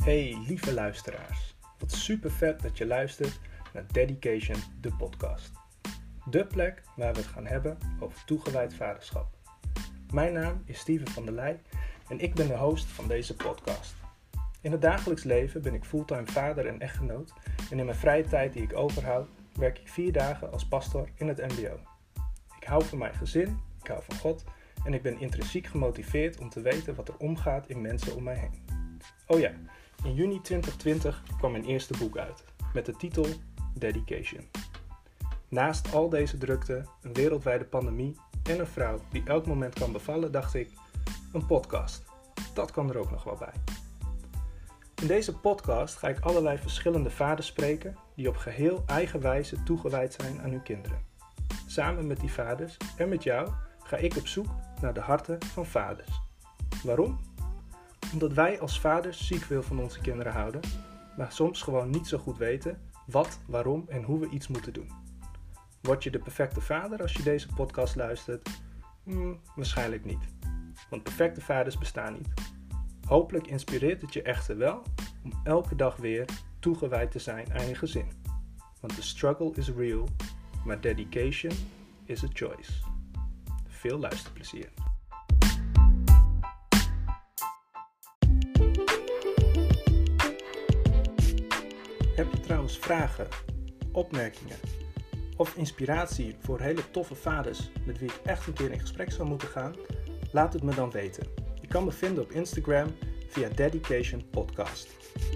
Hey lieve luisteraars, wat super vet dat je luistert naar Dedication, de podcast. De plek waar we het gaan hebben over toegewijd vaderschap. Mijn naam is Steven van der Leij en ik ben de host van deze podcast. In het dagelijks leven ben ik fulltime vader en echtgenoot en in mijn vrije tijd die ik overhoud werk ik 4 dagen als pastor in het mbo. Ik hou van mijn gezin, ik hou van God en ik ben intrinsiek gemotiveerd om te weten wat er omgaat in mensen om mij heen. Oh ja, in juni 2020 kwam mijn eerste boek uit, met de titel Dedication. Naast al deze drukte, een wereldwijde pandemie en een vrouw die elk moment kan bevallen, dacht ik, een podcast, dat kan er ook nog wel bij. In deze podcast ga ik allerlei verschillende vaders spreken die op geheel eigen wijze toegewijd zijn aan hun kinderen. Samen met die vaders en met jou ga ik op zoek naar de harten van vaders. Waarom? Omdat wij als vaders ziek veel van onze kinderen houden, maar soms gewoon niet zo goed weten wat, waarom en hoe we iets moeten doen. Word je de perfecte vader als je deze podcast luistert? Waarschijnlijk niet, want perfecte vaders bestaan niet. Hopelijk inspireert het je echter wel om elke dag weer toegewijd te zijn aan je gezin. Want de struggle is real, maar dedication is a choice. Veel luisterplezier. Heb je trouwens vragen, opmerkingen of inspiratie voor hele toffe vaders met wie ik echt een keer in gesprek zou moeten gaan? Laat het me dan weten. Je kan me vinden op Instagram via Dedication Podcast.